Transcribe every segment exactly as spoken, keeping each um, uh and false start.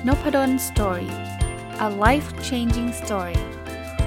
Noppadan Story. A life-changing story.ส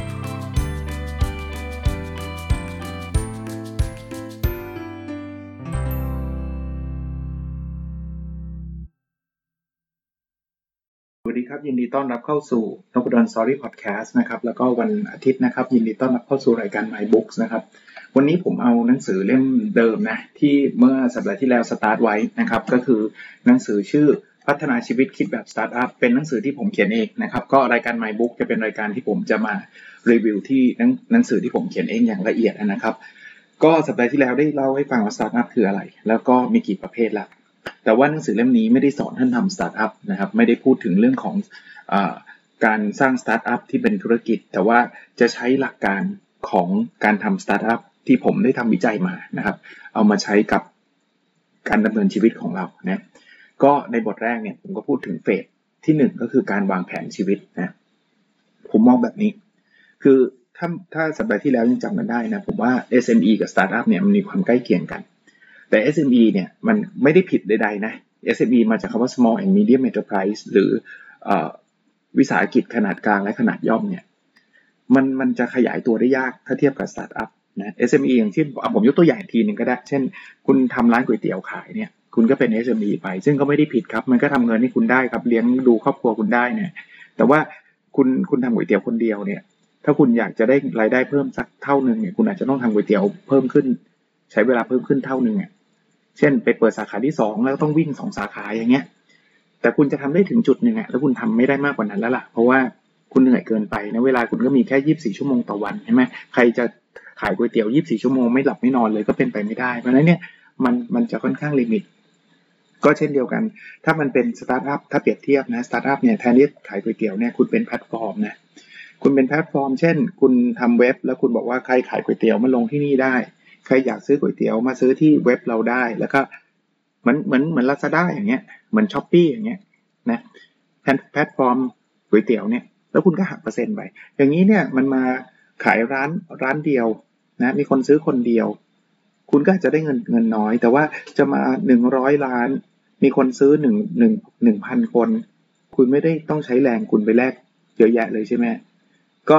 วัสดีครับยินดีต้อนรับเข้าสู่ Noppadan Story Podcast นะครับแล้วก็วันอาทิตย์นะครับยินดีต้อนรับเข้าสู่รายการ My Books นะครับวันนี้ผมเอาหนังสือเล่มเดิมนะที่เมื่อสัปดาห์ที่แล้วสตาร์ทไว้นะครับก็คือหนังสือชื่อพัฒนาชีวิตคิดแบบสตาร์ทอัพเป็นหนังสือที่ผมเขียนเองนะครับก็รายการ My Book จะเป็นรายการที่ผมจะมารีวิวที่หนังสือที่ผมเขียนเองอย่างละเอียดนะครับก็สัปดาห์ที่แล้วได้เล่าให้ฟังว่าสตาร์ทอัพคืออะไรแล้วก็มีกี่ประเภทละแต่ว่าหนังสือเล่มนี้ไม่ได้สอนท่านทำสตาร์ทอัพนะครับไม่ได้พูดถึงเรื่องของเอ่อการสร้างสตาร์ทอัพที่เป็นธุรกิจแต่ว่าจะใช้หลักการของการทำสตาร์ทอัพที่ผมได้ทำวิจัยมานะครับเอามาใช้กับการดำเนินชีวิตของเรานะก็ในบทแรกเนี่ยผมก็พูดถึงเฟสที่หนึ่งก็คือการวางแผนชีวิตนะผมมองแบบนี้คือถ้าถ้าสัปดาห์ที่แล้วยังจำกันได้นะผมว่า เอส เอ็ม อี กับ Startup เนี่ยมันมีความใกล้เคียงกันแต่ เอส เอ็ม อี เนี่ยมันไม่ได้ผิดใดๆนะ เอส เอ็ม อี มาจากคำว่า Small and Medium Enterprise หรือเอ่อวิสาหกิจขนาดกลางและขนาดย่อมเนี่ยมันมันจะขยายตัวได้ยากถ้าเทียบกับ Startup นะ เอส เอ็ม อี อย่างเช่นผมยกตัวอย่างทีนึงก็ได้เช่นคุณทำร้านก๋วยเตี๋ยวขายเนี่ยคุณก็เป็น เอส เอ็ม อี ไปซึ่งก็ไม่ได้ผิดครับมันก็ทำเงินให้คุณได้ครับเลี้ยงดูครอบครัวคุณได้เนี่ยแต่ว่าคุณคุณทำก๋วยเตี๋ยวคนเดียวเนี่ยถ้าคุณอยากจะได้รายได้เพิ่มสักเท่านึงเนี่ยคุณอาจจะต้องทำก๋วยเตี๋ยวเพิ่มขึ้นใช้เวลาเพิ่มขึ้นเท่านึงอ่ะเช่นไปเปิดสาขาที่สองแล้วต้องวิ่งสองสาขาอย่างเงี้ยแต่คุณจะทำได้ถึงจุดนึงอ่ะแล้วคุณทำไม่ได้มากกว่านั้นแล้วล่ะเพราะว่าคุณเหนื่อยเกินไปนะเวลาคุณก็มีแค่ยี่สิบสี่ชั่วโมงต่อวันใช่ไหมใครจะขายก๋วยเตี๋ยวยี่สิบสี่ชั่วโมงไม่หลับไม่นอนเลยก็เป็นไปไม่ได้เพราะฉะนั้นเนี่ยมันมันจะค่อนข้างลิมิตก็เช่นเดียวกันถ้ามันเป็นสตาร์ทอัพถ้าเปรียบเทียบนะสตาร์ทอัพเนี่ยแทนที่ขายก๋วยเตี๋ยวเนี่ยคุณเป็นแพลตฟอร์มนะคุณเป็นแพลตฟอร์มเช่นคุณทำเว็บแล้วคุณบอกว่าใครขายก๋วยเตี๋ยวมาลงที่นี่ได้ใครอยากซื้อก๋วยเตี๋ยวมาซื้อที่เว็บเราได้แล้วก็เหมือนเหมือนเหมือน Lazada อย่างเงี้ยเหมือน Shopee อย่างเงี้ยนะแพลตฟอร์มก๋วยเตี๋ยวเนี่ยแล้วคุณก็หักเปอร์เซ็นต์ไปอย่างนี้เนี่ยมันมาขายร้านร้านเดียวนะมีคนซื้อคนเดียวคุณก็จะได้เงินเงินน้อยแต่ว่าจะมาหนึ่งร้อยล้านมีคนซื้อหนึ่ง หนึ่ง หนึ่งพันคนคุณไม่ได้ต้องใช้แรงคุณไปแลกเยอะแยะเลยใช่ไหมก็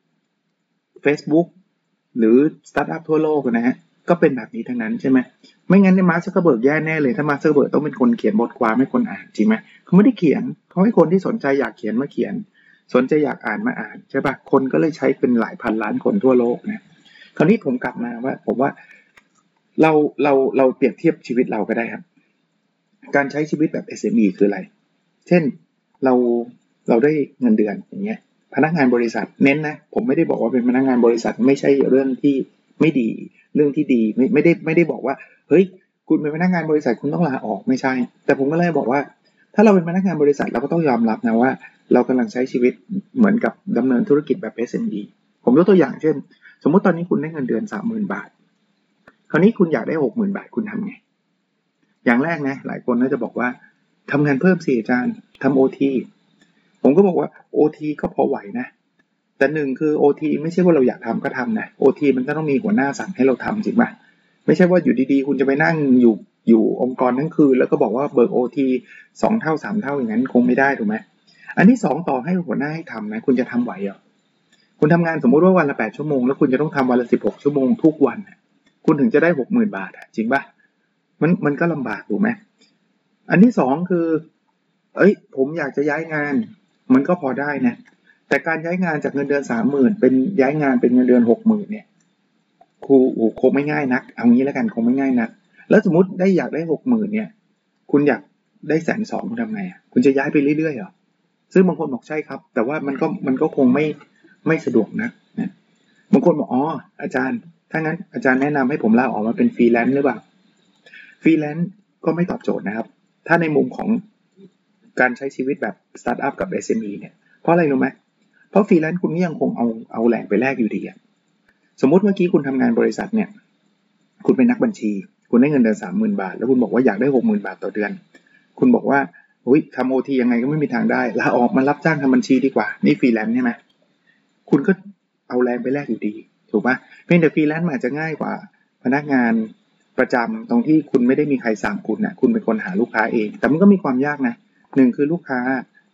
Facebook หรือสตาร์ทอัพทั่วโลกนะฮะก็เป็นแบบนี้ทั้งนั้นใช่ไหมไม่งั้นเนี่ยมาร์ค ซักเคอร์เบิร์กแย่แน่เลยถ้ามาร์ค ซักเคอร์เบิร์กต้องเป็นคนเขียนบทความให้คนอ่านจริงไหมเขาไม่ได้เขียนเขาให้คนที่สนใจอยากเขียนมาเขียนสนใจอยากอ่านมาอ่านใช่ป่ะคนก็เลยใช้เป็นหลายพันล้านคนทั่วโลกนะคราวนี้ผมกลับมาว่าผมว่าเราเราเราเปรียบเทียบชีวิตเราก็ได้ครับการใช้ชีวิตแบบ เอส เอ็ม อี คืออะไรเช่นเราเราได้เงินเดือนอย่างเงี้ยพนักงานบริษัทเน้นนะผมไม่ได้บอกว่าเป็นพนักงานบริษัทไม่ใช่เรื่องที่ไม่ดีเรื่องที่ดีไม่ไม่ได้ไม่ได้บอกว่าเฮ้ยคุณเป็นพนักงานบริษัทคุณต้องลาออกไม่ใช่แต่ผมก็เลยบอกว่าถ้าเราเป็นพนักงานบริษัทเราก็ต้องยอมรับนะว่าเรากำลังใช้ชีวิตเหมือนกับดำเนินธุรกิจแบบ เอส เอ็ม อี ผมยกตัวอย่างเช่นสมมติตอนนี้คุณได้เงินเดือน สามหมื่น บาทคราวนี้คุณอยากได้ หกหมื่น บาทคุณทำไงอย่างแรกนะหลายคนน่าจะบอกว่าทำงานเพิ่มสิอาจารย์ทำ โอ ที ผมก็บอกว่า โอ ที ก็พอไหวนะแต่หนึ่งคือ โอ ที ไม่ใช่ว่าเราอยากทำก็ทำนะ โอ ที มันก็ต้องมีหัวหน้าสั่งให้เราทำจริงป่ะไม่ใช่ว่าอยู่ดีๆคุณจะไปนั่งอยู่อยู่องค์กรทั้งคืนแล้วก็บอกว่าเบิก โอ ที สองเท่าสามเท่าอย่างนั้นคงไม่ได้ถูกไหมอันที่สองต่อให้หัวหน้าให้ทำนะคุณจะทำไหวเหรอคุณทำงานสมมติว่าวันละแปดชั่วโมงแล้วคุณจะต้องทำวันละสิบหกชั่วโมงทุกวันคุณถึงจะได้ หกหมื่น บาทจริงป่ะมันมันก็ลำบากถูกไหมอันที่สองคือเอ้ยผมอยากจะย้ายงานมันก็พอได้นะแต่การย้ายงานจากเงินเดือน สามหมื่น เป็นย้ายงานเป็นเงินเดือน หกหมื่น เนี่ยครูโอ้คงไม่ง่ายนักเอางี้แล้วกันคงไม่ง่ายนักแล้วสมมุติได้อยากได้ หกหมื่น เนี่ยคุณอยากได้ หนึ่งแสนสองหมื่น คุณทำไงอ่ะคุณจะย้ายไปเรื่อยๆเหรอซึ่งบางคนบอกใช่ครับแต่ว่ามันก็มันก็คงไม่ไม่สะดวกนักนะบางคนบอกอ๋ออาจารย์ถ้างั้นอาจารย์แนะนำให้ผมลาออกมาเป็นฟรีแลนซ์หรือเปล่าฟรีแลนซ์ก็ไม่ตอบโจทย์นะครับถ้าในมุมของการใช้ชีวิตแบบสตาร์ทอัพกับ เอส เอ็ม อี เนี่ยเพราะอะไรรู้ไหมเพราะฟรีแลนซ์คุณก็ยังคงเอาเอาแหล่งไปแลกอยู่ดีอ่ะสมมุติเมื่อกี้คุณทำงานบริษัทเนี่ยคุณเป็นนักบัญชีคุณได้เงินเดือน สามหมื่น บาทแล้วคุณบอกว่าอยากได้ หกหมื่น บาทต่อเดือนคุณบอกว่าอุ๊ยทำ โอ ที ยังไงก็ไม่มีทางได้ลาออกมารับจ้างทำบัญชีดีกว่านี่ฟรีแลนซ์ใช่ไหมคุณก็เอาแรงไปแลกอยู่ดีถูกป่ะเพียงแต่ฟรีแลนซ์อาจจะง่ายกว่าพนักงานประจำตรงที่คุณไม่ได้มีใครสั่งคุณนะคุณเป็นคนหาลูกค้าเองแต่มันก็มีความยากนะหนึ่งคือลูกค้า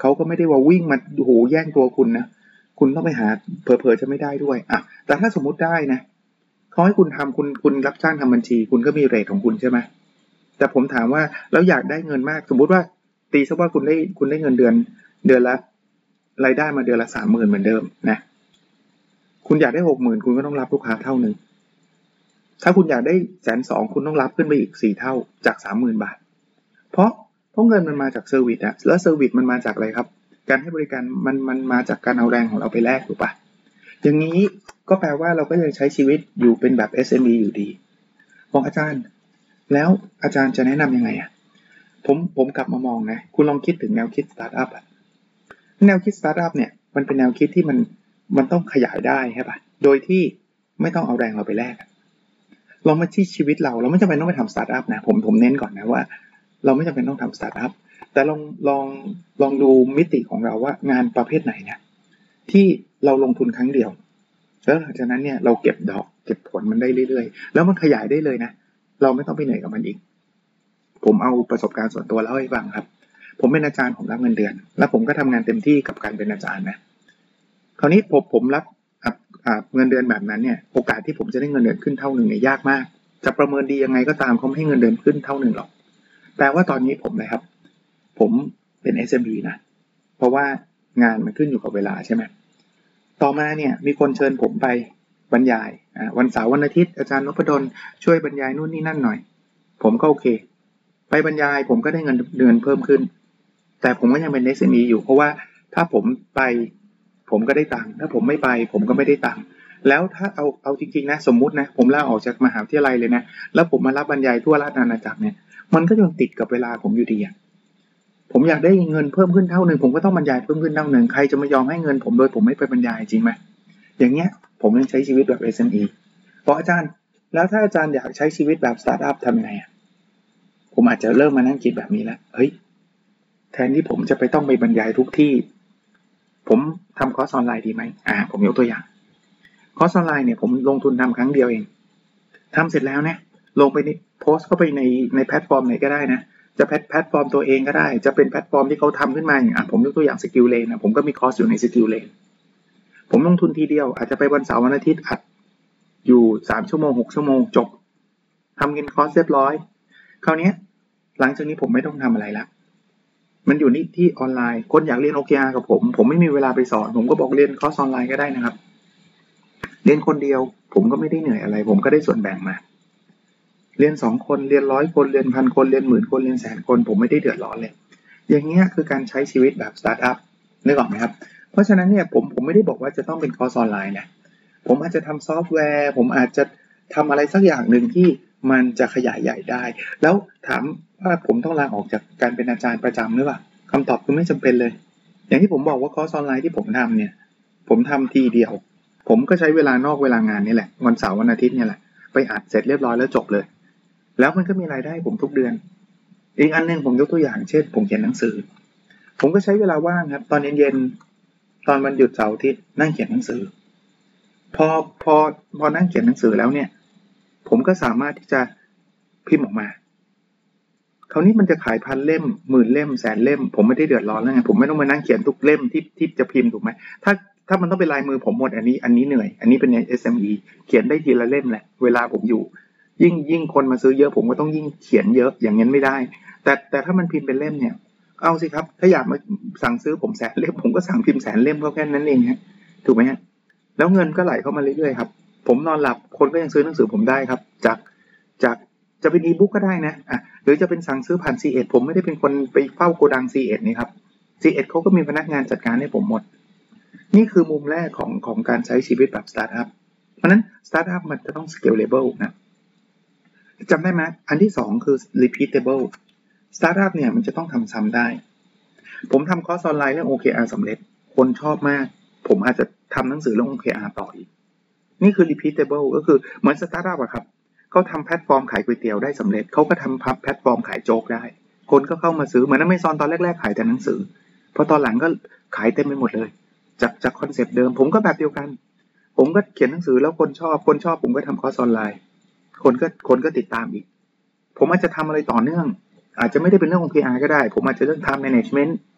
เขาก็ไม่ได้ว่าวิ่งมาโอ้โหแย่งตัวคุณนะคุณต้องไปหาเผลอๆจะไม่ได้ด้วยอ่ะแต่ถ้าสมมุติได้นะเขาให้คุณทำคุณคุณรับจ้างทำบัญชีคุณก็มีเรทของคุณใช่ไหมแต่ผมถามว่าแล้วอยากได้เงินมากสมมุติว่าตีซะว่าคุณได้คุณได้เงินเดือนเดือนละรายได้มาเดือนละสามหมื่นเหมือนเดิมนะคุณอยากได้หกหมื่นคุณก็ต้องรับลูกค้าเท่านึงถ้าคุณอยากได้แสนสองคุณต้องรับขึ้นไปอีกสี่เท่าจากสามหมื่นบาทเพราะเพราะเงินมันมาจากเซอร์วิสอะแล้วเซอร์วิสมันมาจากอะไรครับการให้บริการมันมันมาจากการเอาแรงของเราไปแลกถูกปะอย่างนี้ก็แปลว่าเราก็ยังใช้ชีวิตอยู่เป็นแบบ เอส เอ็ม อี อยู่ดีบอกอาจารย์แล้วอาจารย์จะแนะนำยังไงอะผมผมกลับมามองนะคุณลองคิดถึงแนวคิดสตาร์ทอัพอะแนวคิดสตาร์ทอัพเนี่ยมันเป็นแนวคิดที่มันมันต้องขยายได้ใช่ปะโดยที่ไม่ต้องเอาแรงเราไปแลกลองมาที่ชีวิตเราเราไม่จำเป็นต้องไปทำสตาร์ทอัพนะผมผมเน้นก่อนนะว่าเราไม่จำเป็นต้องทำสตาร์ทอัพแต่ลองลองลองดูมิติของเราว่างานประเภทไหนเนี่ยที่เราลงทุนครั้งเดียวแล้วหลังจากนั้นเนี่ยเราเก็บดอกเก็บผลมันได้เรื่อยๆแล้วมันขยายได้เลยนะเราไม่ต้องไปเหนื่อยกับมันอีกผมเอาประสบการณ์ส่วนตัวเล่าให้ฟังครับผมเป็นอาจารย์ผมรับเงินเดือนแล้วผมก็ทำงานเต็มที่กับการเป็นอาจารย์นะคราวนี้ผมผมรับเงินเดือนแบบนั้นเนี่ยโอกาสที่ผมจะได้เงินเดือนขึ้นเท่าหนึ่งเนี่ยยากมากจะประเมินดียังไงก็ตามเขาไม่ให้เงินเดือนขึ้นเท่าหนึ่งหรอกแปลว่าตอนนี้ผมเลยครับผมเป็น เอส เอ็ม อี นะเพราะว่างานมันขึ้นอยู่กับเวลาใช่ไหมต่อมาเนี่ยมีคนเชิญผมไปบรรยายวันเสาร์วันอาทิตย์อาจารย์นพดลช่วยบรรยายนู่นนี่นั่นหน่อยผมก็โอเคไปบรรยายผมก็ได้เงินเดือนเพิ่มขึ้นแต่ผมก็ยังเป็น เอส เอ็ม อี อยู่เพราะว่าถ้าผมไปผมก็ได้ตังค์ถ้าผมไม่ไปผมก็ไม่ได้ตังค์แล้วถ้าเอาเอาจริงๆนะสมมุตินะผมลาออกจากมหาวิทยาลัยเลยนะแล้วผมมารับบรรยายทั่วราชอาณาจักรเนี่ยมันก็ยังติดกับเวลาผมอยู่ดีอ่ะผมอยากได้เงินเพิ่มขึ้นเท่านึงผมก็ต้องบรรยายเพิ่มขึ้นเท่านึงใครจะมายอมให้เงินผมโดยผมไม่ไปบรรยายจริงไหมอย่างเงี้ยผมยังใช้ชีวิตแบบ เอส เอ็ม อี เพราะอาจารย์แล้วถ้าอาจารย์อยากใช้ชีวิตแบบสตาร์ทอัพทำยังไงอ่ะผมอาจจะเริ่มมานั่งคิดแบบนี้แล้วเฮ้ยแทนที่ผมจะไปต้องไปบรรยายทุกที่ผมทำคอร์สออนไลน์ดีไหมอ่าผมยกตัวอย่างคอร์สออนไลน์เนี่ยผมลงทุนทำครั้งเดียวเองทำเสร็จแล้วเนี่ยลงไปนี่โพสต์เข้าไปในในแพลตฟอร์มไหนก็ได้นะจะแพลตแพลตฟอร์มตัวเองก็ได้จะเป็นแพลตฟอร์มที่เขาทำขึ้นมาอย่างอ่ะผมยกตัวอย่างสกิลเลนนะผมก็มีคอร์สอยู่ในสกิลเลนผมลงทุนทีเดียวอาจจะไปวันเสาร์วันอาทิตย์อัดอยู่สามชั่วโมงหกชั่วโมงจบทำเงินคอร์สเรียบร้อยคราวนี้หลังจากนี้ผมไม่ต้องทำอะไรละมันอยู่นี่ที่ออนไลน์คนอยากเรียน โอ เค อาร์ กับผมผมไม่มีเวลาไปสอนผมก็บอกเรียนคอร์สออนไลน์ก็ได้นะครับเรียนคนเดียวผมก็ไม่ได้เหนื่อยอะไรผมก็ได้ส่วนแบ่งมาเรียนสองคนเรียนร้อยคนเรียนพันคนเรียนหมื่นคนเรียนแสนคนผมไม่ได้เดือดร้อนเลยอย่างเงี้ยคือการใช้ชีวิตแบบสตาร์ทอัพนึกออกไหมครับเพราะฉะนั้นเนี่ยผมผมไม่ได้บอกว่าจะต้องเป็นคอร์สออนไลน์นะผมอาจจะทำซอฟต์แวร์ผมอาจจะทำอะไรสักอย่างหนึ่งที่มันจะขยายใหญ่ได้แล้วถามว่าผมต้องลาออกจากการเป็นอาจารย์ประจำหรือเปล่าคำตอบคือไม่จำเป็นเลยอย่างที่ผมบอกว่าคอร์สออนไลน์ที่ผมทำเนี่ยผมทำทีเดียวผมก็ใช้เวลานอกเวลางานนี่แหละวันเสาร์วันอาทิตย์เนี่ยแหละไปอัดเสร็จเรียบร้อยแล้วจบเลยแล้วมันก็มีรายได้ผมทุกเดือนอีกอันนึงผมยกตัวอย่างเช่นผมเขียนหนังสือผมก็ใช้เวลาว่างครับตอนเย็นๆตอนวันหยุดเสาร์อาทิตย์นั่งเขียนหนังสือพอพอพอนั่งเขียนหนังสือแล้วเนี่ยผมก็สามารถที่จะพิมพ์ออกมาคราวนี้มันจะขายพันเล่มหมื่นเล่มแสนเล่มผมไม่ได้เดือดร้อนแล้วไงผมไม่ต้องมานั่งเขียนทุกเล่มที่ที่จะพิมพ์ถูกไหมถ้าถ้ามันต้องเป็นลายมือผมหมดอันนี้อันนี้เหนื่อยอันนี้เป็น เอส เอ็ม อี เขียนได้ทีละเล่มแหละเวลาผมอยู่ยิ่งยิ่งคนมาซื้อเยอะผมก็ต้องยิ่งเขียนเยอะอย่างนั้นไม่ได้แต่แต่ถ้ามันพิมพ์เป็นเล่มเนี่ยเอาสิครับถ้าอยากมาสั่งซื้อผมแสนเล่มผมก็สั่งพิมพ์แสนเล่มก็แค่นั้นเองฮะถูกไหมฮะแล้วเงินก็ไหลเข้ามาเรื่อยๆครับผมนอนหลับคนก็ยังซื้อหนังสือผมได้ครับจากจากจะเป็นอีบุ๊กก็ได้นะอ่ะหรือจะเป็นสั่งซื้อผ่าน ซี เอ็ด ผมไม่ได้เป็นคนไปเฝ้าโกดัง ซี เอ็ด นี่ครับ ซี เอ็ด เขาก็มีพนักงานจัดการให้ผมหมดนี่คือมุมแรกของของการใช้ชีวิตแบบสตาร์ทอัพเพราะนั้นสตาร์ทอัพมันจะต้อง scalable นะจำได้ไหมอันที่สองคือ repeatable สตาร์ทอัพเนี่ยมันจะต้องทำซ้ำได้ผมทำคอร์สออนไลน์เรื่อง โอ เค อาร์ สำเร็จคนชอบมากผมอาจจะทำหนังสือเรื่อง โอ เค อาร์ ต่ออีกนี่คือ repeatable ก็คือเหมือนสตาร์ทอัพอะครับเขาทำแพลตฟอร์มขายก๋วยเตี๋ยวได้สำเร็จเขาก็ทำแพลตฟอร์มขายโจ๊กได้คนก็เข้ามาซื้อเหมือน Amazon ตอนแรกๆขายแต่หนังสือพอตอนหลังก็ขายเต็มไปหมดเลยจากจากคอนเซปต์เดิมผมก็แบบเดียวกันผมก็เขียนหนังสือแล้วคนชอบคนชอบผมก็ทำคอร์สออนไลน์คนก็คนก็ติดตามอีกผมอาจจะทำอะไรต่อเนื่องอาจจะไม่ได้เป็นเรื่อง โอ เค อาร์ ก็ได้ผมอาจจะเรื่อง time management ผ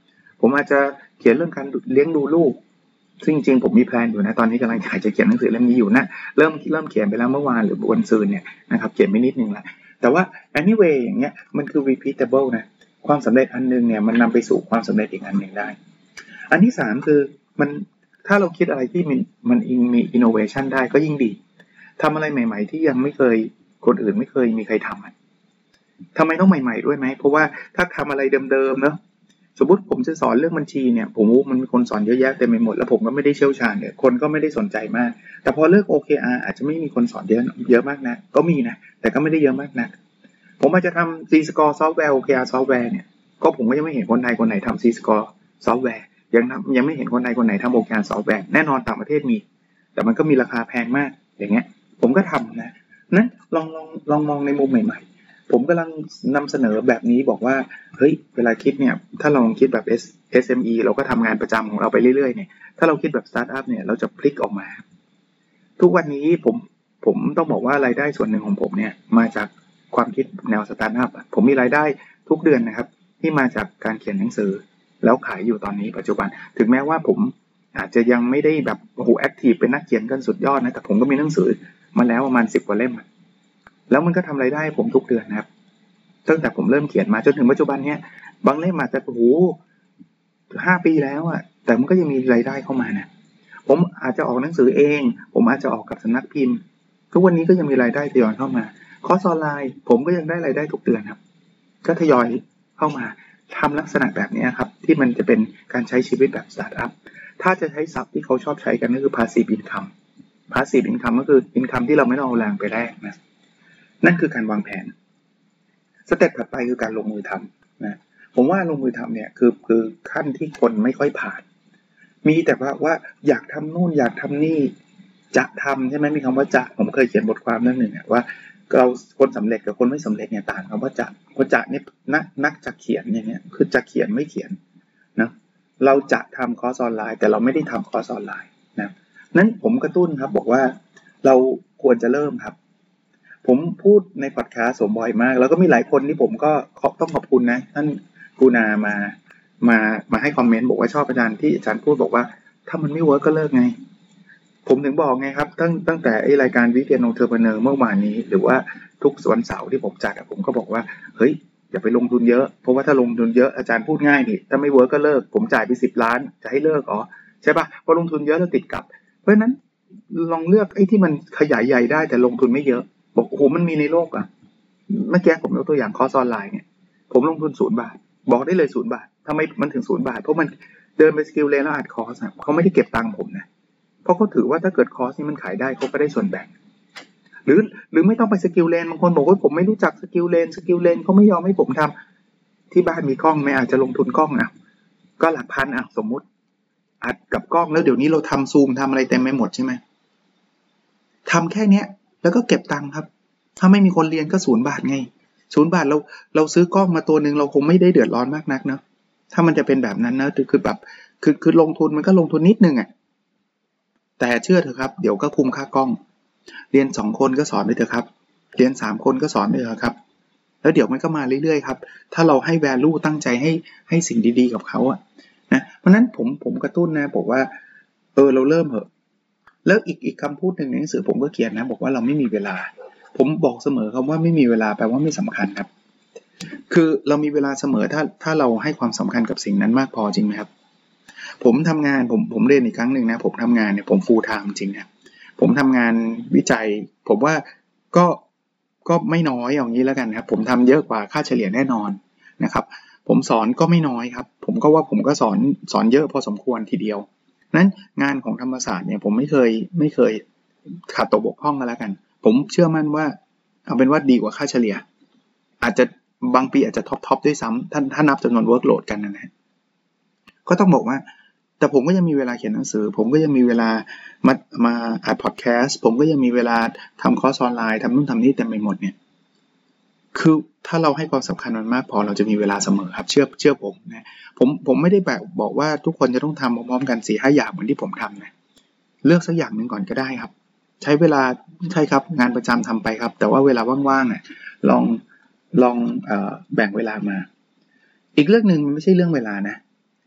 ผมอาจจะเขียนเรื่องการเลี้ยงดูลูกซึ่งจริงๆผมมีแพลนอยู่นะตอนนี้กำลังอยากจะเขียนหนังสือเล่มนี้อยู่นะเริ่มเริ่มเขียนไปแล้วเมื่อวานหรือวันซืนเนี่ยนะครับเขียนไปนิดนึงละแต่ว่า anyway อย่างเงี้ยมันคือ repeatable นะความสำเร็จอันนึงเนี่ยมันนำไปสู่ความสำเร็จอีกอันหนึ่งได้อันที่สามคือมันถ้าเราคิดอะไรที่มันมันมี innovation ได้ก็ยิ่งดีทำอะไรใหม่ๆที่ยังไม่เคยคนอื่นไม่เคยมีใครทำทำไมต้องใหม่ๆด้วยไหมเพราะว่าถ้าทำอะไรเดิมๆเนอะสมมติผมจะสอนเรื่องบัญชีเนี่ยผมมันมีคนสอนเยอะแยะเต็มไปหมดแล้วผมก็ไม่ได้เชี่ยวชาญเนี่ยคนก็ไม่ได้สนใจมากแต่พอเลิก โอ เค อาร์ อาจจะไม่มีคนสอนเยอะเยอะมากนะก็มีนะแต่ก็ไม่ได้เยอะมากนะผมอาจจะทำ C-Score ซอฟต์แวร์ โอ เค อาร์ ซอฟต์แวร์เนี่ยก็ผมก็ยังไม่เห็นคนไทยคนไหนทำ C-Score ซอฟต์แวร์ยังยังไม่เห็นคนไทยคนไหนทำ โอ เค อาร์ ซอฟต์แวร์แน่นอนต่างประเทศมีแต่มันก็มีราคาแพงมากอย่างเงี้ยผมก็ทำนะนั้นลองลองลองมองในมุมใหม่ๆผมกำลังนำเสนอแบบนี้บอกว่าเฮ้ยเวลาคิดเนี่ยถ้าเราลองคิดแบบ เอส เอ็ม อี เราก็ทำงานประจำของเราไปเรื่อยๆเนี่ยถ้าเราคิดแบบสตาร์ทอัพเนี่ยเราจะพลิกออกมาทุกวันนี้ผมผมต้องบอกว่ารายได้ส่วนหนึ่งของผมเนี่ยมาจากความคิดแนวสตาร์ทอัพผมมีรายได้ทุกเดือนนะครับที่มาจากการเขียนหนังสือแล้วขายอยู่ตอนนี้ปัจจุบันถึงแม้ว่าผมอาจจะยังไม่ได้แบบโอ้โหแอคทีฟเป็นนักเขียนกันสุดยอดนะแต่ผมก็มีหนังสือมาแล้วประมาณสิบกว่าเล่มแล้วมันก็ทำรายได้ผมทุกเดือนนะครับตั้งแต่ผมเริ่มเขียนมาจนถึงปัจจุบันเนี้ยบางเล่มอาจจะโอ้โหห้าปีแล้วอ่ะแต่มันก็ยังมีรายได้เข้ามานะผมอาจจะออกหนังสือเองผมอาจจะออกกับสำนักพิมพ์ทุกวันนี้ก็ยังมีรายได้ทยอยเข้ามาคอร์สออนไลน์ผมก็ยังได้รายได้ทุกเดือนครับก็ทยอยเข้ามาทำลักษณะแบบนี้ครับที่มันจะเป็นการใช้ชีวิตแบบสตาร์ทอัพถ้าจะใช้ศัพท์ที่เขาชอบใช้กันก็คือ passive income passive income ก็คือ income ที่เราไม่ต้องเอาแรงไปแลกนะนั่นคือการวางแผนสเต็ปถัดไปคือการลงมือทำนะผมว่าลงมือทำเนี่ยคือคือขั้นที่คนไม่ค่อยผ่านมีแต่ว่าว่าอยากทำนู่นอยากทำนี่จะทำใช่ไหมมีคำว่าจะผมเคยเขียนบทความเรื่องหนึ่งว่าเราคนสำเร็จกับคนไม่สำเร็จเนี่ยต่างกันว่าจะคนจะเนี่ยนักนักจะเขียนอย่างเงี้ยคือจะเขียนไม่เขียนนะเราจะทำคอร์สออนไลน์แต่เราไม่ได้ทำคอร์สออนไลน์นะนั้นผมกระตุ้นครับบอกว่าเราควรจะเริ่มครับผมพูดในพอดแคสต์ผมบ่อยมากแล้วก็มีหลายคนที่ผมก็ต้องขอบคุณนะท่านกูนามามามาให้คอมเมนต์บอกว่าชอบอาจารย์ที่อาจารย์พูดบอกว่าถ้ามันไม่เวิร์กก็เลิกไงผมถึงบอกไงครับตั้งตั้งแต่ไอรายการวิเทียนองเทอร์เพเนอร์เมื่อวานนี้หรือว่าทุกวันเสาร์ที่ผมจัดผมก็บอกว่าเฮ้ยอย่าไปลงทุนเยอะเพราะว่าถ้าลงทุนเยอะอาจารย์พูดง่ายนี่ถ้าไม่เวิร์กก็เลิกผมจ่ายไปสิบล้านจะให้เลิกอ๋อใช่ป่ะพอลงทุนเยอะแล้วติดกับเพราะฉะนั้นลองเลือกไอ้ที่มันขยายใหญ่ได้แต่ลงทุนไม่เยอะบอกโอ้โหมันมีในโลกอ่ะเมื่อกี้ผมยกตัวอย่างคอร์สออนไลน์เนี่ยผมลงทุนศูนย์บาทบอกได้เลยศูนย์บาททำไมมันถึงศูนย์บาทเพราะมันเดินไปสกิลเลนแล้วอัดคอร์สเขาไม่ได้เก็บตังค์ผมนะเพราะเขาถือว่าถ้าเกิดคอร์สนี้มันขายได้เขาก็ได้ส่วนแบ่งหรือหรือไม่ต้องไปสกิลเลนบางคนบอกว่าผมไม่รู้จักสกิลเลนสกิลเลนเขาไม่ยอมให้ผมทำที่บ้านมีกล้องไหมอาจจะลงทุนกล้องนะก็หลักพันอ่ะสมมุติอัดกับกล้องแล้วเดี๋ยวนี้เราทำซูมทำอะไรเต็มไปหมดใช่ไหมทำแค่เนี้ยแล้วก็เก็บตังค์ครับถ้าไม่มีคนเรียนก็ศูนย์บาทไงศูนย์บาทเราเราซื้อกล้องมาตัวนึงเราคงไม่ได้เดือดร้อนมากนักเนาะถ้ามันจะเป็นแบบนั้นนะคือแบบคือคือลงทุนมันก็ลงทุนนิดนึงอ่ะแต่เชื่อเถอะครับเดี๋ยวก็คุ้มค่ากล้องเรียนสองคนก็สอนไปเถอะครับเรียนสามคนก็สอนไปเถอะครับแล้วเดี๋ยวมันก็มาเรื่อยๆครับถ้าเราให้ value ตั้งใจให้ให้สิ่งดีๆกับเขาอ่ะนะเพราะนั้นผมผมกระตุ้นนะบอกว่าเออเราเริ่มเถอะแล้วอีกอีกคำพูดหนึ่งในหนังสือผมก็เขียนนะบอกว่าเราไม่มีเวลาผมบอกเสมอครับว่าไม่มีเวลาแปลว่าไม่สำคัญครับคือเรามีเวลาเสมอถ้าถ้าเราให้ความสำคัญกับสิ่งนั้นมากพอจริงไหมครับผมทำงานผมผมเรียนอีกครั้งหนึ่งนะผมทำงานเนี่ยผม full time จริงนะผมทำงานวิจัยผมว่าก็ก็ไม่น้อยอย่างนี้แล้วกันครับผมทำเยอะกว่าค่าเฉลี่ยแน่นอนนะครับผมสอนก็ไม่น้อยครับผมก็ว่าผมก็สอนสอนเยอะพอสมควรทีเดียวนั้นงานของธรรมศาสตร์เนี่ยผมไม่เคยไม่เคยขาดตกบกพร่องกันแล้วกันผมเชื่อมั่นว่าเอาเป็นว่าดีกว่าค่าเฉลี่ยอาจจะบางปีอาจจะท็อปท็อปด้วยซ้ำถ้าถ้านับจำนวนเวิร์กโหลดกันนะนะก็ต้องบอกว่าแต่ผมก็ยังมีเวลาเขียนหนังสือผมก็ยังมีเวลามามาอัดพอดแคสต์ผมก็ยังมีเวลาทำคอร์สออนไลน์ทำนู่นทำนี่เต็มไปหมดเนี่ยคือถ้าเราให้ความสำคัญมันมากพอเราจะมีเวลาเสมอครับเชื่อเชื่อผมนะผมผมไม่ได้แบบบอกว่าทุกคนจะต้องทำพร้อมๆกัน สี่ห้า อย่างเหมือนที่ผมทำนะเลือกสักอย่างหนึ่งก่อนก็ได้ครับใช้เวลาใช่ครับงานประจำทำไปครับแต่ว่าเวลาว่างๆอ่ะลองลองเอ่อแบ่งเวลามาอีกเรื่องนึงมันไม่ใช่เรื่องเวลานะ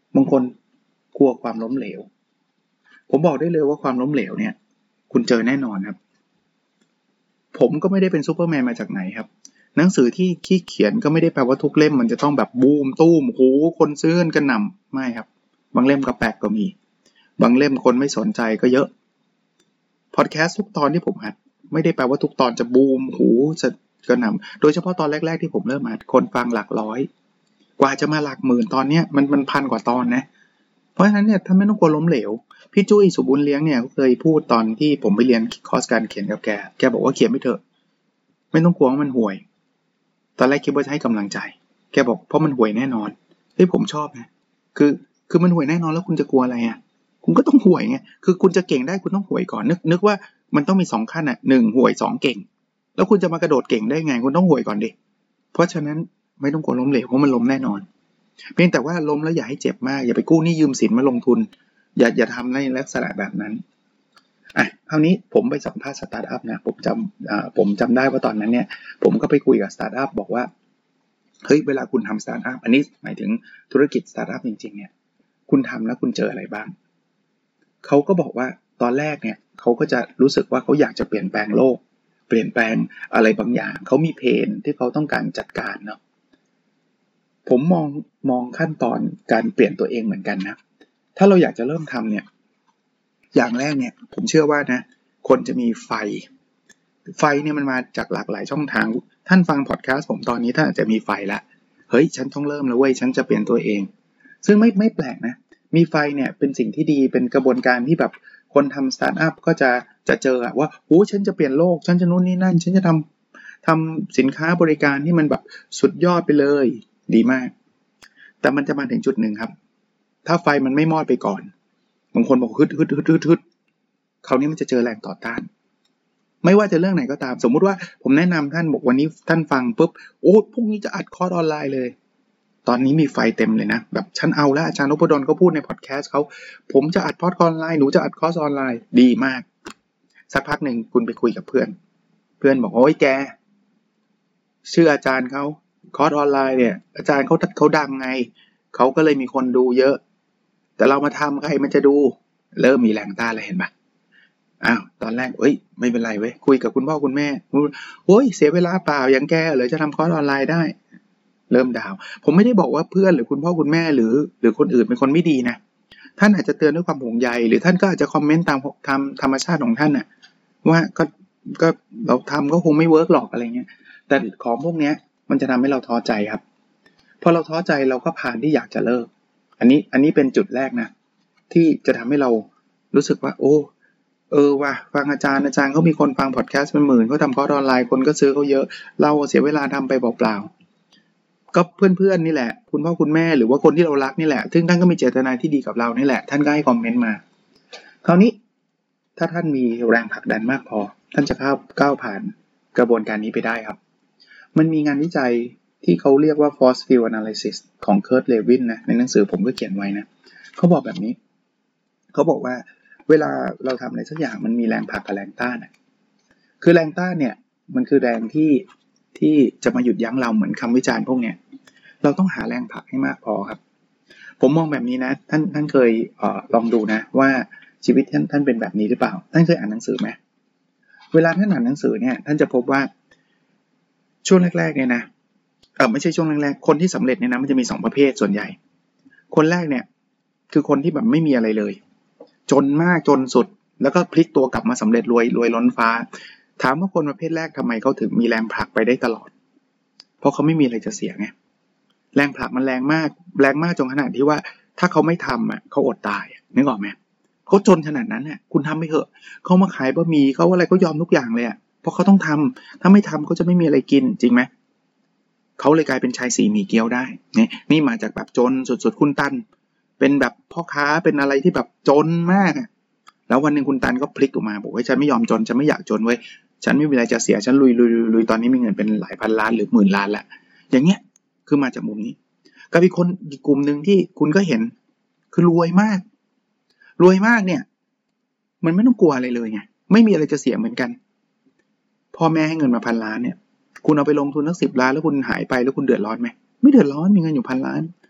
บางคนกลัวความล้มเหลวผมบอกได้เลยว่าความล้มเหลวเนี่ยคุณเจอแน่นอนครับผมก็ไม่ได้เป็นซูเปอร์แมนมาจากไหนครับหนังสือที่ขี้เขียนก็ไม่ได้แปลว่าทุกเล่มมันจะต้องแบบบูมตู้มโหคนซื้อกันหนำไม่ครับบางเล่มก็แปลกก็มีบางเล่มคนไม่สนใจก็เยอะพอดแคสต์ทุกตอนที่ผมอัดไม่ได้แปลว่าทุกตอนจะบูมโหจะกระหน่ำโดยเฉพาะตอนแรกๆที่ผมเริ่มอัดคนฟังหลักร้อยกว่าจะมาหลักหมื่นตอนเนี้ยมันมันพันกว่าตอนนะเพราะฉะนั้นเนี่ยท่านไม่ต้องกลัวล้มเหลวพี่จุ้ยสุบุญเลี้ยงเนี่ยเคยพูดตอนที่ผมไปเรียนคอร์สการเขียนกับแกแกบอกว่าเขียนไม่เถอะไม่ต้องกลัวว่ามันห่วยตอนแรกคิดว่าจะให้กำลังใจแกบอกเพราะมันห่วยแน่นอนเฮ้ยผมชอบนะคือคือมันห่วยแน่นอนแล้วคุณจะกลัวอะไรอ่ะคุณก็ต้องห่วยไงคือคุณจะเก่งได้คุณต้องห่วยก่อนนึกนึกว่ามันต้องมีสองขั้นอ่ะหนึ่งห่วยสองเก่งแล้วคุณจะมากระโดดเก่งได้ไงคุณต้องห่วยก่อนดิเพราะฉะนั้นไม่ต้องกลัวล้มเหลวเพราะมันล้มแน่นอนเพียงแต่ว่าล้มแล้วอย่าให้เจ็บมากอย่าไปกู้หนี้ยืมสินมาลงทุนอย่าอย่าทำในลักษณะแบบนั้นอ่ะคราวนี้ผมไปสัมภาษณ์สตาร์ทอัพนะผมจำอ่าผมจำได้ว่าตอนนั้นเนี่ยผมก็ไปคุยกับสตาร์ทอัพบอกว่าเฮ้ยเวลาคุณทำสตาร์ทอัพอันนี้หมายถึงธุรกิจสตาร์ทอัพจริงๆเนี่ยคุณทำแล้วคุณเจออะไรบ้างเขาก็บอกว่าตอนแรกเนี่ยเขาก็จะรู้สึกว่าเขาอยากจะเปลี่ยนแปลงโลกเปลี่ยนแปลงอะไรบางอย่างเขามีเพนที่เขาต้องการจัดการเนาะผมมองมองขั้นตอนการเปลี่ยนตัวเองเหมือนกันนะถ้าเราอยากจะเริ่มทำเนี่ยอย่างแรกเนี่ยผมเชื่อว่านะคนจะมีไฟไฟเนี่ยมันมาจากหลากหลายช่องทางท่านฟังพอดแคสต์ผมตอนนี้ท่านอาจจะมีไฟละเฮ้ยฉันต้องเริ่มแล้วเว้ยฉันจะเปลี่ยนตัวเองซึ่งไม่ไม่แปลกนะมีไฟเนี่ยเป็นสิ่งที่ดีเป็นกระบวนการที่แบบคนทำสตาร์ทอัพก็จะจะเจอว่าโอ้ฉันจะเปลี่ยนโลกฉันจะนู่นนี่นั่นฉันจะทำทำสินค้าบริการที่มันแบบสุดยอดไปเลยดีมากแต่มันจะมาถึงจุดหนึ่งครับถ้าไฟมันไม่มอดไปก่อนบางคนบอกฮึดฮึดฮึดฮึดฮึดคราวนี้มันจะเจอแรงต่อต้านไม่ว่าจะเรื่องไหนก็ตามสมมุติว่าผมแนะนำท่านบอกวันนี้ท่านฟังปุ๊บโอ้พรุ่งนี้จะอัดคอร์สออนไลน์เลยตอนนี้มีไฟเต็มเลยนะแบบฉันเอาแล้วอาจารย์นพดลก็พูดในพอดแคสต์เขาผมจะอัดพอดคอร์สออนไลน์หนูจะอัดคอร์สออนไลน์ดีมากสักพักหนึ่งคุณไปคุยกับเพื่อนเพื่อนบอกโอ้ยแกชื่ออาจารย์เขาคอร์สออนไลน์เนี่ยอาจารย์เขาเขาดังไงเขาก็เลยมีคนดูเยอะแต่เรามาทำใครมันจะดูเริ่มมีแรงต้านแล้วเห็นปะอ้าวตอนแรกเอ้ยไม่เป็นไรเว้ยคุยกับคุณพ่อคุณแม่โอ้ยเสียเวลาเปล่าอย่างแกเหรอจะทำคอร์สออนไลน์ได้เริ่มดาวผมไม่ได้บอกว่าเพื่อนหรือคุณพ่อคุณแม่หรือหรือคนอื่นเป็นคนไม่ดีนะท่านอาจจะเตือนด้วยความห่วงใยหรือท่านก็อาจจะคอมเมนต์ตามทำธรรมชาติของท่านน่ะว่าก็ก็เราทำก็คงไม่เวิร์กหรอกอะไรเงี้ยแต่ของพวกเนี้ยมันจะทำให้เราท้อใจครับพอเราท้อใจเราก็ผ่านที่อยากจะเลิกอันนี้อันนี้เป็นจุดแรกนะที่จะทำให้เรารู้สึกว่าโอ้เออว่ะฟังอาจารย์อาจารย์เขามีคนฟังพอดแคสต์เป็นหมื่นเขาทำคอร์สออนไลน์คนก็ซื้อเขาเยอะเราเสียเวลาทำไปเปล่าๆก็เพื่อนๆนี่แหละคุณพ่อคุณแม่หรือว่าคนที่เรารักนี่แหละซึ่งท่านก็มีเจตนาที่ดีกับเรานี่แหละท่านก็ให้คอมเมนต์มาคราวนี้ถ้าท่านมีแรงผลักดันมากพอท่านจะก้าวก้าวผ่านกระบวนการนี้ไปได้ครับมันมีงานวิจัยที่เขาเรียกว่า force field analysis ของเคิร์ทเลวินนะในหนังสือผมก็เขียนไว้นะเขาบอกแบบนี้เขาบอกว่าเวลาเราทำอะไรสักอย่างมันมีแรงผลักกับแรงต้านคือแรงต้านเนี่ยมันคือแรงที่ที่จะมาหยุดยั้งเราเหมือนคำวิจารณ์พวกเนี้ยเราต้องหาแรงผลักให้มากพอครับผมมองแบบนี้นะท่านท่านเคยเอ่อลองดูนะว่าชีวิตท่านท่านเป็นแบบนี้หรือเปล่าท่านเคยอ่านหนังสือไหมเวลาท่านอ่านหนังสือเนี่ยท่านจะพบว่าช่วงแรกๆเนี่ยนะเออไม่ใช่ช่วงแรกๆคนที่สำเร็จเนี่ยนะมันจะมีสองประเภทส่วนใหญ่คนแรกเนี่ยคือคนที่แบบไม่มีอะไรเลยจนมากจนสุดแล้วก็พลิกตัวกลับมาสำเร็จรวยรวยล้นฟ้าถามว่าคนประเภทแรกทำไมเขาถึงมีแรงผลักไปได้ตลอดเพราะเขาไม่มีอะไรจะเสียไงแรงผลักมันแรงมากแรงมากจนขนาดที่ว่าถ้าเขาไม่ทำอ่ะเขาอดตายนึกออกไหมเขาจนขนาดนั้นเนี่ยคุณทำไม่เถอะเขามาขายบะหมี่เขาอะไรก็ยอมทุกอย่างเลยอ่ะเพราะเขาต้องทำถ้าไม่ทำเขาจะไม่มีอะไรกินจริงไหมเขาเลยกลายเป็นชายสี่หมี่เกี๊ยวได้นี่นี่มาจากแบบจนสุดๆคุณตันเป็นแบบพ่อค้าเป็นอะไรที่แบบจนมากแล้ววันหนึ่งคุณตันก็พลิกออกมาบอกว่าฉันไม่ยอมจนฉันไม่อยากจนเว้ยฉันไม่มีอะไรจะเสียฉันลุยลุยลุยตอนนี้มีเงินเป็นหลายพันล้านหรือหมื่นล้านละอย่างเงี้ยคือมาจากมุมนี้กับอีกคนอีกกลุ่มหนึ่งที่คุณก็เห็นคือรวยมากรวยมากเนี่ยมันไม่ต้องกลัวอะไรเลยไงไม่มีอะไรจะเสียเหมือนกันพ่อแม่ให้เงินมาพันล้านเนี่ยคุณเอาไปลงทุนสักสิบล้านแล้วคุณหายไปแล้วคุณเดือดร้อนไหมไม่เดือดร้อนมีเงินอยู่พันล้าน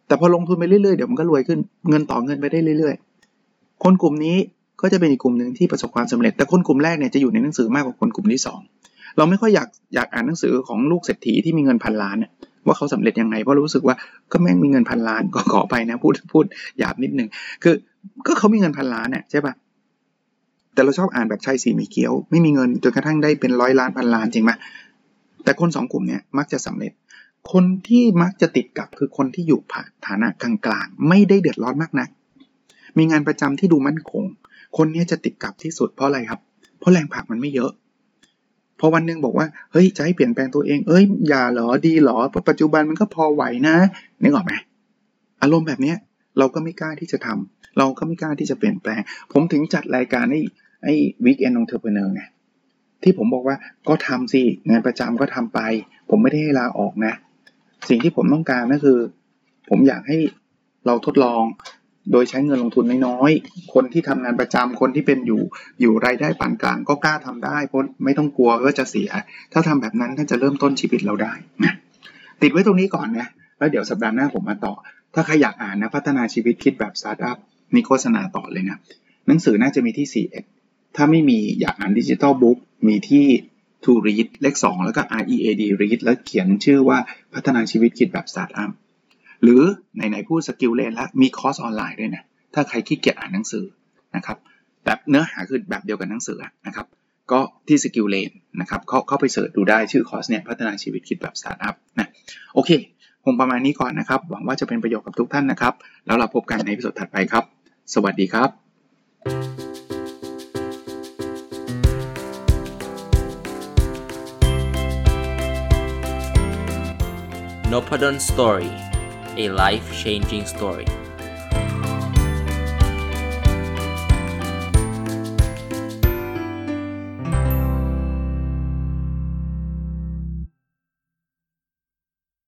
แต่พอลงทุนไปเรื่อยๆเดี๋ยวมันก็รวยขึ้นเงินต่อเงินไปได้เรื่อยๆคนกลุ่มนี้ก็จะเป็นอีกกลุ่มนึงที่ประสบความสำเร็จแต่คนกลุ่มแรกเนี่ยจะอยู่ในหนังสือมากกว่าคนกลุ่มที่สองเราไม่ค่อยอยากอยากอ่านหนังสือของลูกเศรษฐีที่มีเงินพันล้านเนี่ยว่าเขาสำเร็จยังไงเพราะรู้สึกว่าก็แม่งมีเงินพันล้านก็ขอไปนะพูดพูดหยาบนิดนึงคือก็เขามีเงินพันล้านเนี่ยใช่ป่ะแต่เราชอบอ่านแบบชัยศรีมีเกี้ยวไม่มีเงินจนกระทั่งได้เป็นร้อยล้านพันล้านจริงไหมแต่คนสองกลุ่มเนี่ยมักจะสำเร็จคนที่มักจะติดกับคือคนที่อยู่ฐานะกลางๆไม่ได้เดือดร้อนมากนักมีงานประจำที่ดูมั่นคงคนนี้จะติดกับที่สุดเพราะอะไรครับเพราะแรงผลักมันไม่เยอะพอวันนึงบอกว่าเฮ้ยจะให้เปลี่ยนแปลงตัวเองเอ้ยอย่าหรอดีหรอปัจจุบันมันก็พอไหวนะนึกออกไหมอารมณ์แบบนี้เราก็ไม่กล้าที่จะทำเราก็ไม่กล้าที่จะเปลี่ยนแปลงผมถึงจัดรายการไอ้ไอ้ Weekend Entrepreneur ไงที่ผมบอกว่าก็ทำสิงานประจำก็ทำไปผมไม่ได้ให้ลาออกนะสิ่งที่ผมต้องการก็คือผมอยากให้เราทดลองโดยใช้เงินลงทุนน้อยๆคนที่ทำงานประจำคนที่เป็นอยู่อยู่รายได้ปานกลางก็กล้าทำได้เพราะไม่ต้องกลัวว่าจะเสียถ้าทำแบบนั้นถ้าจะเริ่มต้นชีวิตเราได้นะติดไว้ตรงนี้ก่อนนะแล้วเดี๋ยวสัปดาห์หน้าผมมาต่อถ้าใครอยากอ่านนะพัฒนาชีวิตคิดแบบสตาร์ทอัพนี่โฆษณาต่อเลยนะหนังสือน่าจะมีที่ ซี เอ็ด ถ้าไม่มีอยากอ่านดิจิทัลบุ๊กมีที่ To Read เลขสองแล้วก็ R E A D Read แล้วเขียนชื่อว่าพัฒนาชีวิตคิดแบบสตาร์ทอัพหรือไหนๆพูดสกิลเลนแล้วมีคอร์สออนไลน์ด้วยนะถ้าใครขี้เกียจอ่านหนังสือนะครับแต่เนื้อหาคือแบบเดียวกันหนังสือนะครับก็ที่สกิลเลนนะครับเข้าเข้าไปเสิร์ชดูได้ชื่อคอร์สเนี่ยพัฒนาชีวิตคิดแบบสตาร์ทอัพนะโอเคผมประมาณนี้ก่อนนะครับหวังว่าจะเป็นประโยชน์กับทุกท่านนะครับแล้วเราพบกันในอีพิโซดถัดไปครับสวัสดีครับ Nopadon Story, a life-changing story.